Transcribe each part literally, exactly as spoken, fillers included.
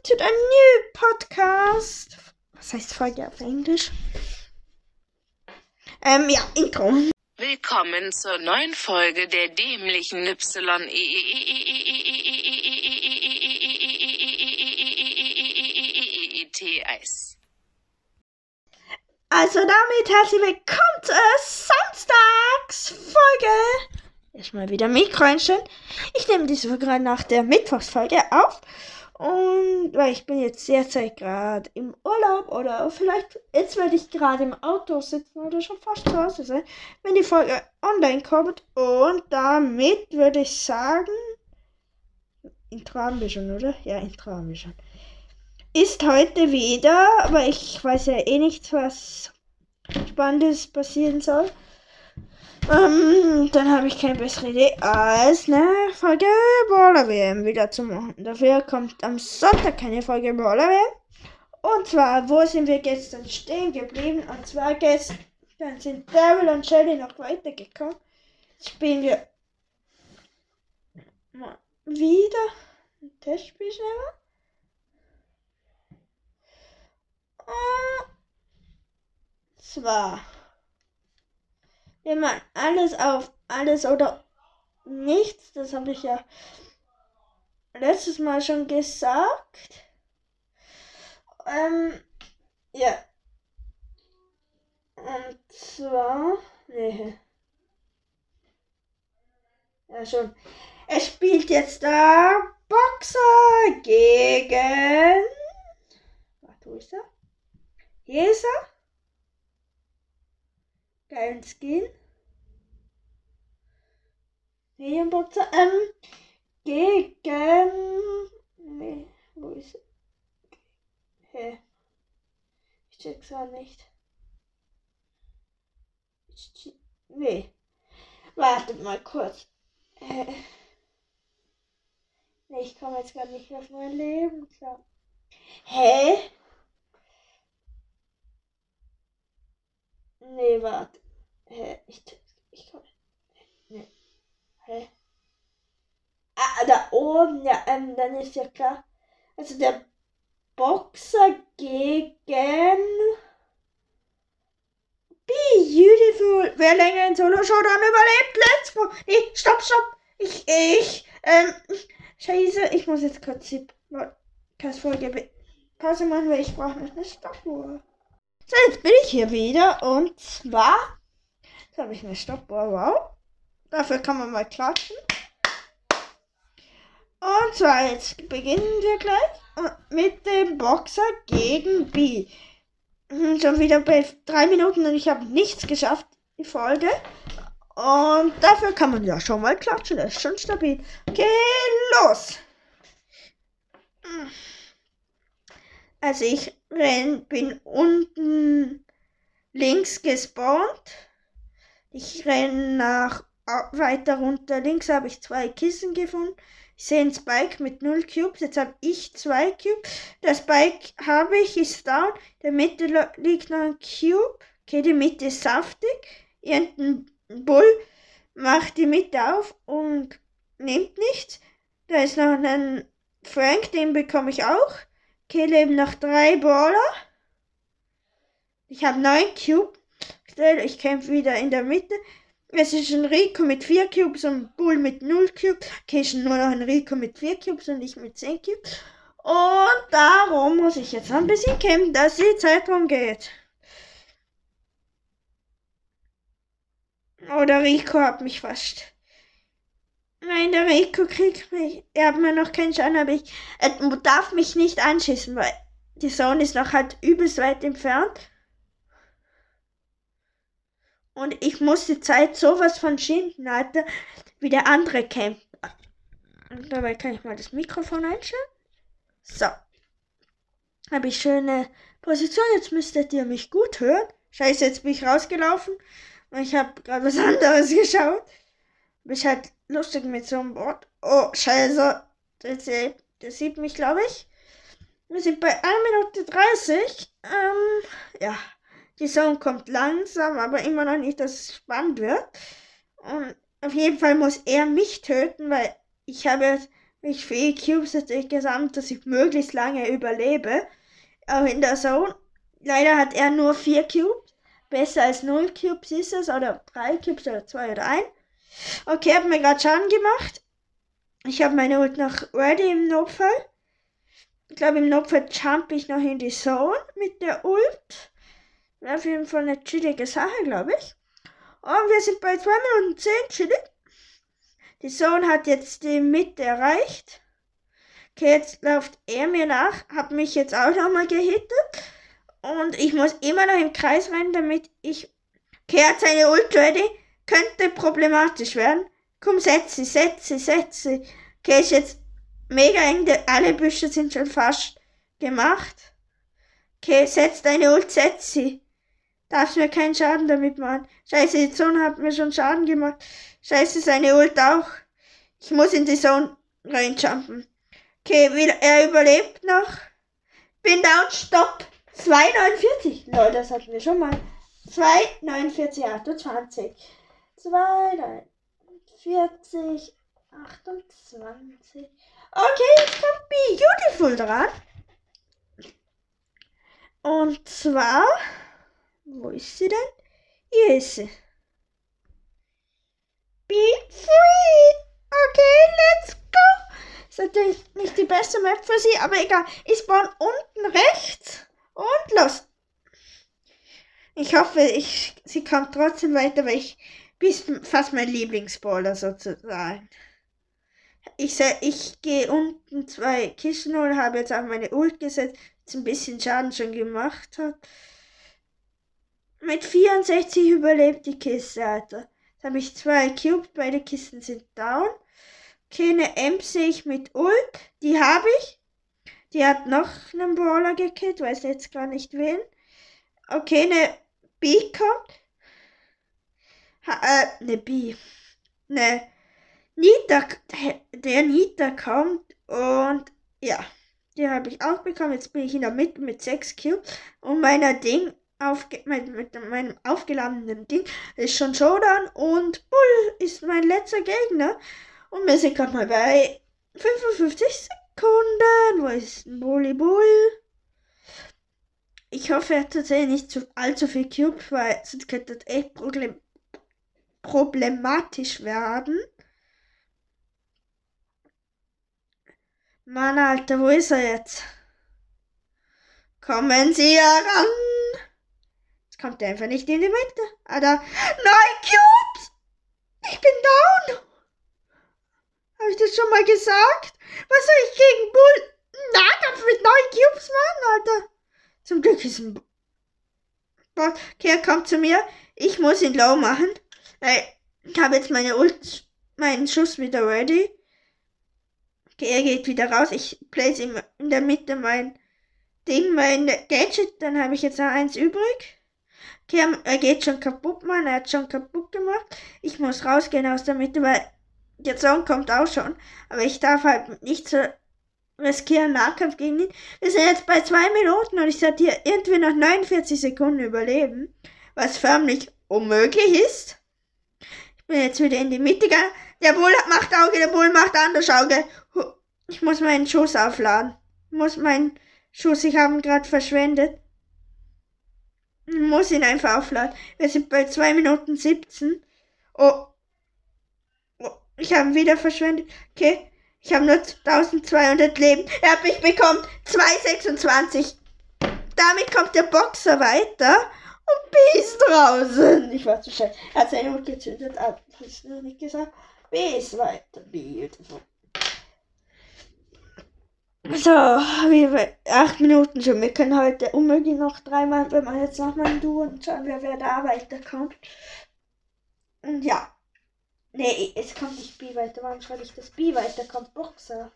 to the new podcast. Was heißt Folge auf Englisch? Ähm, ja, Intro. Willkommen zur neuen Folge der dämlichen Y T S. Also damit herzlich willkommen zur Samstagsfolge. Erstmal wieder Mikro einstellen. Ich nehme diese Folge gerade nach der Mittwochsfolge auf. Und weil ich bin jetzt derzeit gerade im Urlaub oder vielleicht jetzt werde ich gerade im Auto sitzen oder schon fast zu Hause sein, wenn die Folge online kommt. Und damit würde ich sagen, Intro haben wir schon, oder? Ja, Intro haben wir schon. Ist heute wieder, aber ich weiß ja eh nicht, was Spannendes passieren soll. Ähm, dann habe ich keine bessere Idee, als eine Folge Baller W M wieder zu machen. Dafür kommt am Sonntag keine Folge Baller W M. Und zwar, wo sind wir gestern stehen geblieben? Und zwar gestern sind Daryl und Shelly noch weitergekommen. Jetzt spielen wir mal wieder ein Testspiel schneller. Und zwar wir machen alles auf alles oder nichts. Das habe ich ja letztes Mal schon gesagt. Ähm, ja. Und zwar, nee. Ja schon. Es spielt jetzt der Boxer gegen. Warte, wo ist er? Hier ist er. Geilen Skin. Medienboxer. Ähm, gegen. Nee, wo ist er? Hä? Ich check's auch nicht. Ich, nee. Wartet mal kurz. Äh, nee, ich komme jetzt gar nicht auf mein Leben. So. Hä? Nee, warte. Hä? Ich, ich komme. Nee. Hä? Ah, da oben, ja, ähm, dann ist ja klar. Also der Boxer gegen Beautiful. Wer länger in Solo-Showdown überlebt, let's go. Nee, stopp, stopp. Ich, ich, ähm, scheiße, ich muss jetzt kurz die Podcast-Folge Pause machen, weil ich brauche noch eine Stoppuhr. So, jetzt bin ich hier wieder und zwar, jetzt habe ich eine Stoppuhr, wow. Dafür kann man mal klatschen. Und zwar, jetzt beginnen wir gleich mit dem Boxer gegen B. Schon wieder bei drei Minuten und ich habe nichts geschafft, die Folge. Und dafür kann man ja schon mal klatschen, das ist schon stabil. Okay, los! Also ich renn, bin unten links gespawnt. Ich renne nach weiter runter. Links habe ich zwei Kissen gefunden. Ich sehe einen Spike mit null Cubes. Jetzt habe ich zwei Cubes. Der Spike habe ich, ist down. In der Mitte liegt noch ein Cube. Okay, die Mitte ist saftig. Irgendein Bull macht die Mitte auf und nimmt nichts. Da ist noch ein Frank, den bekomme ich auch. Okay, leben noch drei Baller. Ich habe neun Cubes. Ich kämpfe wieder in der Mitte. Es ist ein Rico mit vier Cubes und ein Bull mit null Cubes. Okay, ist nur noch ein Rico mit vier Cubes und ich mit zehn Cubes. Und darum muss ich jetzt noch ein bisschen kämpfen, dass die Zeit rumgeht. Oh, der Rico hat mich fast. Nein, der Rico kriegt mich. Er hat mir noch keinen Schaden, aber ich. Er darf mich nicht anschießen, weil die Zone ist noch halt übelst weit entfernt. Und ich muss die Zeit sowas von schinden, Alter, wie der andere kämpft. Und dabei kann ich mal das Mikrofon einstellen. So. Habe ich schöne Position. Jetzt müsstet ihr mich gut hören. Scheiße, jetzt bin ich rausgelaufen. Und ich habe gerade was anderes geschaut. Bin ich halt lustig mit so einem Bot. Oh, scheiße. Der, der sieht mich, glaube ich. Wir sind bei einer Minute dreißig. Ähm, ja. Die Zone kommt langsam, aber immer noch nicht, dass es spannend wird. Und auf jeden Fall muss er mich töten, weil ich habe ich viele Cubes natürlich gesammelt, dass ich möglichst lange überlebe. Auch in der Zone. Leider hat er nur vier Cubes. Besser als null Cubes ist es. Oder drei Cubes oder zwei oder ein. Okay, hat mir gerade Schaden gemacht. Ich habe meine Ult noch ready im Notfall. Ich glaube, im Notfall jump ich noch in die Zone mit der Ult. Wäre auf jeden Fall eine chillige Sache, glaube ich. Und wir sind bei zwei Minuten zehn, chillig. Die Zone hat jetzt die Mitte erreicht. Okay, jetzt läuft er mir nach. Hat mich jetzt auch nochmal gehittet. Und ich muss immer noch im Kreis rennen, damit ich... Okay, er hat seine Ult ready. Könnte problematisch werden. Komm, setz sie, setz sie, setz sie. Okay, ist jetzt mega eng. Alle Büsche sind schon fast gemacht. Okay, setz deine Ult, setz sie. Darfst mir keinen Schaden damit machen. Scheiße, die Zone hat mir schon Schaden gemacht. Scheiße, seine Ult auch. Ich muss in die Zone reinjumpen. Okay, er überlebt noch. Bin down, stopp. zwei neunundvierzig. Leute, das hatten wir schon mal. zwei neunundvierzig, achtundzwanzig. zwei neunundvierzig, achtundzwanzig. Okay, jetzt kommt Beautiful dran. Und zwar... Wo ist sie denn? Hier ist sie. Be free! Okay, let's go! Ist natürlich nicht die beste Map für sie, aber egal. Ich spawn unten rechts und los. Ich hoffe, ich, sie kommt trotzdem weiter, weil ich bin fast mein Lieblingsballer sozusagen. Ich, ich gehe unten zwei Kisten holen, habe jetzt auch meine Ult gesetzt, jetzt ein bisschen Schaden schon gemacht hat. Mit vierundsechzig überlebt die Kiste, Alter. Jetzt habe ich zwei Cubes, beide Kisten sind down. Okay, eine Ems sehe ich mit Ult, die habe ich. Die hat noch einen Brawler gekillt, weiß jetzt gar nicht wen. Okay, eine B kommt. Ha, äh, eine B. Eine Nita, der Nita kommt und ja, die habe ich auch bekommen. Jetzt bin ich in der Mitte mit sechs Cubes und meiner Ding. Aufge mit, mit meinem aufgeladenen Ding ist schon Showdown und Bull ist mein letzter Gegner. Und wir sind gerade mal bei fünfundfünfzig Sekunden. Wo ist ein Bully Bull? Ich hoffe, er hat tatsächlich nicht zu, allzu viel Cubes, weil sonst könnte das echt problem problematisch werden. Mann, Alter, wo ist er jetzt? Kommen Sie heran! Kommt er einfach nicht in die Mitte. Ah, da. Neun Cubes! Ich bin down! Habe ich das schon mal gesagt? Was soll ich gegen Bull Nahkampf mit neun Cubes machen, Alter? Zum Glück ist ein Bot. Okay, er kommt zu mir. Ich muss ihn low machen. Ich habe jetzt meine Ult, meinen Schuss wieder ready. Okay, er geht wieder raus. Ich place ihm in der Mitte mein Ding, mein Gadget. Dann habe ich jetzt noch eins übrig. Okay, er geht schon kaputt, Mann. Er hat schon kaputt gemacht. Ich muss rausgehen aus der Mitte, weil der Song kommt auch schon. Aber ich darf halt nicht so riskieren, Nahkampf gegen ihn. Wir sind jetzt bei zwei Minuten und ich sollte hier irgendwie noch neunundvierzig Sekunden überleben. Was förmlich unmöglich ist. Ich bin jetzt wieder in die Mitte gegangen. Der Bull macht Auge, der Bull macht anderes Auge. Ich muss meinen Schuss aufladen. Ich muss meinen Schuss, ich habe ihn gerade verschwendet. Ich muss ihn einfach aufladen. Wir sind bei zwei Minuten siebzehn. Oh. Oh. Ich habe ihn wieder verschwendet. Okay. Ich habe nur eintausendzweihundert Leben. Er hat mich bekommen. zwei sechsundzwanzig. Damit kommt der Boxer weiter. Und B ist draußen. Ich war zu schnell. Er hat seine Hut gezündet. Ah, das ist noch nicht gesagt. B ist weiter. Beautiful. So, wie bei acht Minuten schon. Wir können heute unmöglich noch dreimal, wenn man jetzt nochmal ein Duo und schauen wir, wer da weiterkommt. Und ja. Nee, es kommt nicht B weiter. Warum schreibe ich das B weiter? Kommt Boxer.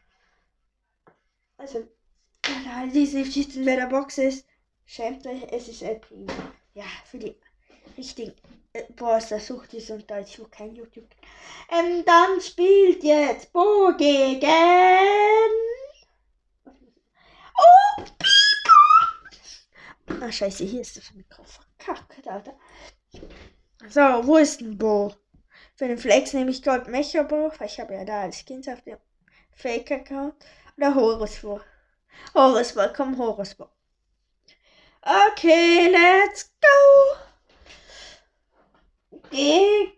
Also, die ist nicht wissen, wer der Boxer ist. Schämt euch, es ist L P. Ja, für die richtigen äh, Boah, das sucht ist und da ist wo kein YouTube. Ähm, dann spielt jetzt Bo gegen Oh, Pico! Ah, scheiße, hier ist das Mikro verkackt, Alter. So, wo ist denn Bo? Für den Flex nehme ich Gold Mecha Bo, weil ich habe ja da als Kind auf dem Fake-Account oder Horusbo. Horusbo, komm, Horusbo. Okay, let's go. Gegen...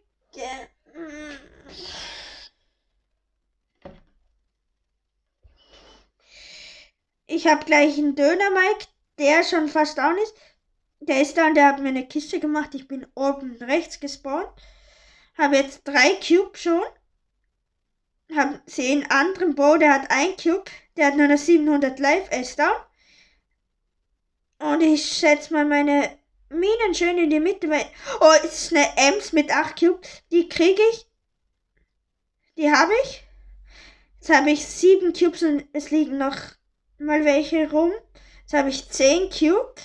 Ich habe gleich einen Döner-Mike, der schon fast down ist. Der ist da und der hat mir eine Kiste gemacht. Ich bin oben rechts gespawnt. Habe jetzt drei Cube schon. Hab, sehe einen anderen Bo, der hat ein Cube. Der hat nur noch siebenhundert Life. Er ist down. Und ich schätze mal meine Minen schön in die Mitte. Weil, oh, es ist eine Ems mit acht Cube. Die kriege ich. Die habe ich. Jetzt habe ich sieben Cubes und es liegen noch mal welche rum. Jetzt habe ich zehn Cubes.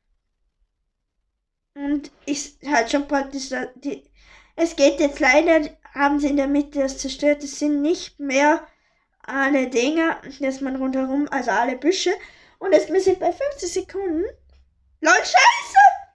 Und ich halt schon praktisch die. Es geht jetzt leider, haben sie in der Mitte das zerstört. Es sind nicht mehr alle Dinger, dass man rundherum, also alle Büsche. Und jetzt wir sind bei fünfzig Sekunden. Lol, Scheiße!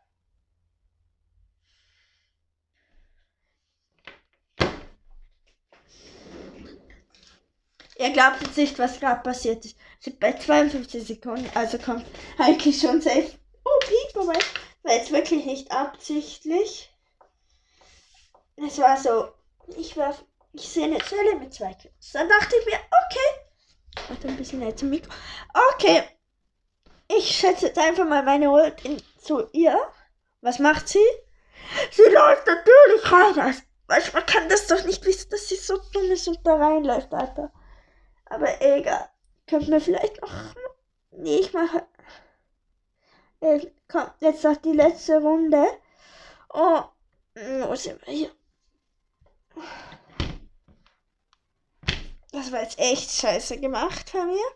Ihr glaubt jetzt nicht, was gerade passiert ist. Wir sind bei zweiundfünfzig Sekunden, also kommt eigentlich schon safe. Oh, Piep, aber war jetzt wirklich nicht absichtlich. Es war so, ich war, ich sehe eine Zelle mit zwei Kills. Dann dachte ich mir, okay. Warte ein bisschen näher zum Mikro. Okay. Ich schätze jetzt einfach mal meine Ult in, zu ihr. Was macht sie? Sie läuft natürlich rein. Also, manchmal kann das doch nicht wissen, dass sie so dumm ist und da reinläuft, Alter. Aber egal. Könnte mir vielleicht noch... Nee, ich mache... Äh, komm, jetzt noch die letzte Runde. Oh, wo sind wir hier? Das war jetzt echt scheiße gemacht von mir.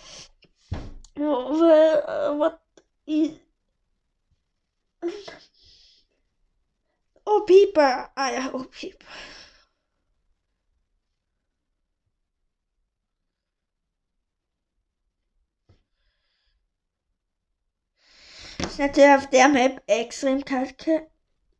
What is... Oh, Pieper. Ah ja, oh, Pieper. Das ist natürlich auf der Map extrem kacke.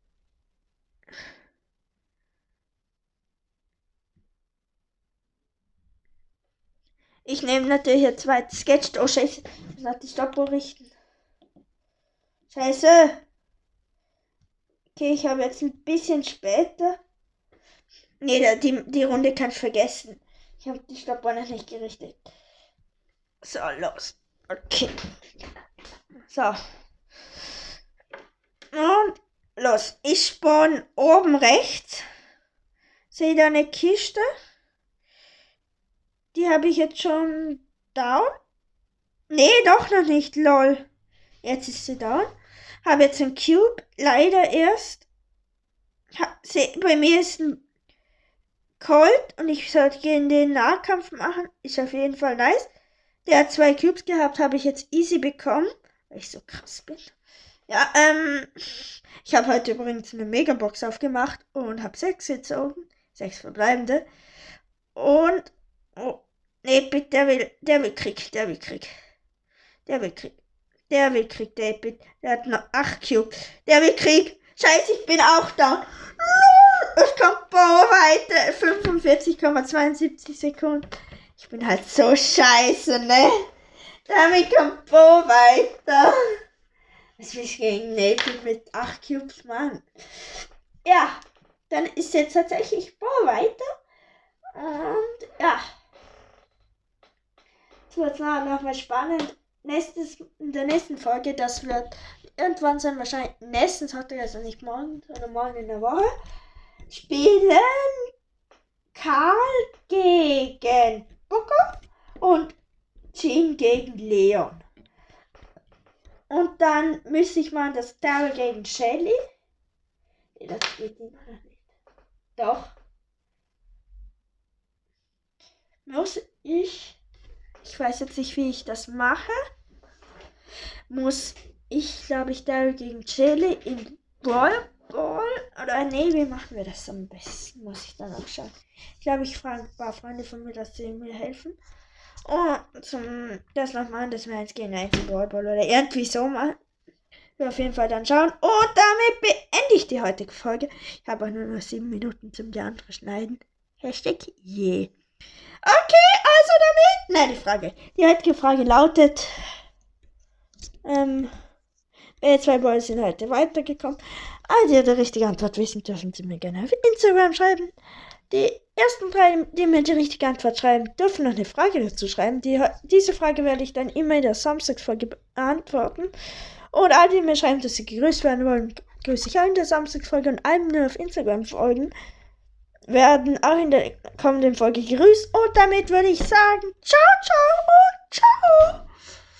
Ich nehme natürlich ein zweites Sketch. Oh, scheiße. Ich muss die Stoppuhr richten. Scheiße. Okay, ich habe jetzt ein bisschen später. Nee, die, die Runde kann ich vergessen. Ich habe die Stoppuhr noch nicht gerichtet. So, los. Okay. So. Und los. Ich spawn oben rechts. Sehe da eine Kiste. Die habe ich jetzt schon down. Nee, doch noch nicht, lol. Jetzt ist sie down. Habe jetzt einen Cube, leider erst. Ha, seh, bei mir ist ein Colt und ich sollte gegen den Nahkampf machen. Ist auf jeden Fall nice. Der hat zwei Cubes gehabt, habe ich jetzt easy bekommen, weil ich so krass bin. Ja, ähm, ich habe heute übrigens eine Megabox aufgemacht und habe sechs gezogen. Sechs verbleibende. Und, oh, nee, bitte, der will, der will Krieg, der will Krieg. Der will Krieg. Der will Krieg, der bitte. Der hat noch acht Cubes. Der will Krieg. Scheiße, ich bin auch da. Es kommt Bo weiter. fünfundvierzig Komma zweiundsiebzig Sekunden. Ich bin halt so scheiße, ne? Damit kommt Bo weiter. Was will ich gegen Native mit acht Cubes machen? Ja, dann ist jetzt tatsächlich Bo weiter. Und ja. Jetzt wird es nochmal spannend. Nächstes, in der nächsten Folge, das wird irgendwann sein, wahrscheinlich nächsten Sonntag, also nicht morgen, sondern morgen in der Woche, spielen Karl gegen Booker und Jean gegen Leon. Und dann müsste ich mal das Daryl gegen Shelly. Nee, das geht immer noch nicht. Doch. Muss ich... Ich weiß jetzt nicht, wie ich das mache. Muss ich, glaube ich, Daryl gegen Shelly in Brawl Ball? Oder nee, wie machen wir das am besten? Muss ich dann auch schauen. Ich glaube, ich frage ein paar Freunde von mir, dass sie mir helfen. Und zum das noch machen, dass wir eins gegen eins in Brawl Ball oder irgendwie so machen. Wir auf jeden Fall dann schauen. Und damit beende ich die heutige Folge. Ich habe auch nur noch sieben Minuten zum die andere schneiden. Hashtag je. Yeah. Okay, also oder mit? Nein, die Frage. Die heutige Frage lautet, ähm, welche zwei Boys sind heute weitergekommen? All die die richtige Antwort wissen, dürfen sie mir gerne auf Instagram schreiben. Die ersten drei, die mir die richtige Antwort schreiben, dürfen noch eine Frage dazu schreiben. Die, diese Frage werde ich dann immer in der Samstagsfolge beantworten. Und all die mir schreiben, dass sie gegrüßt werden wollen, grüße ich auch in der Samstagsfolge, und allen nur auf Instagram folgen, werden auch in der kommenden Folge gegrüßt. Und damit würde ich sagen, ciao, ciao und ciao.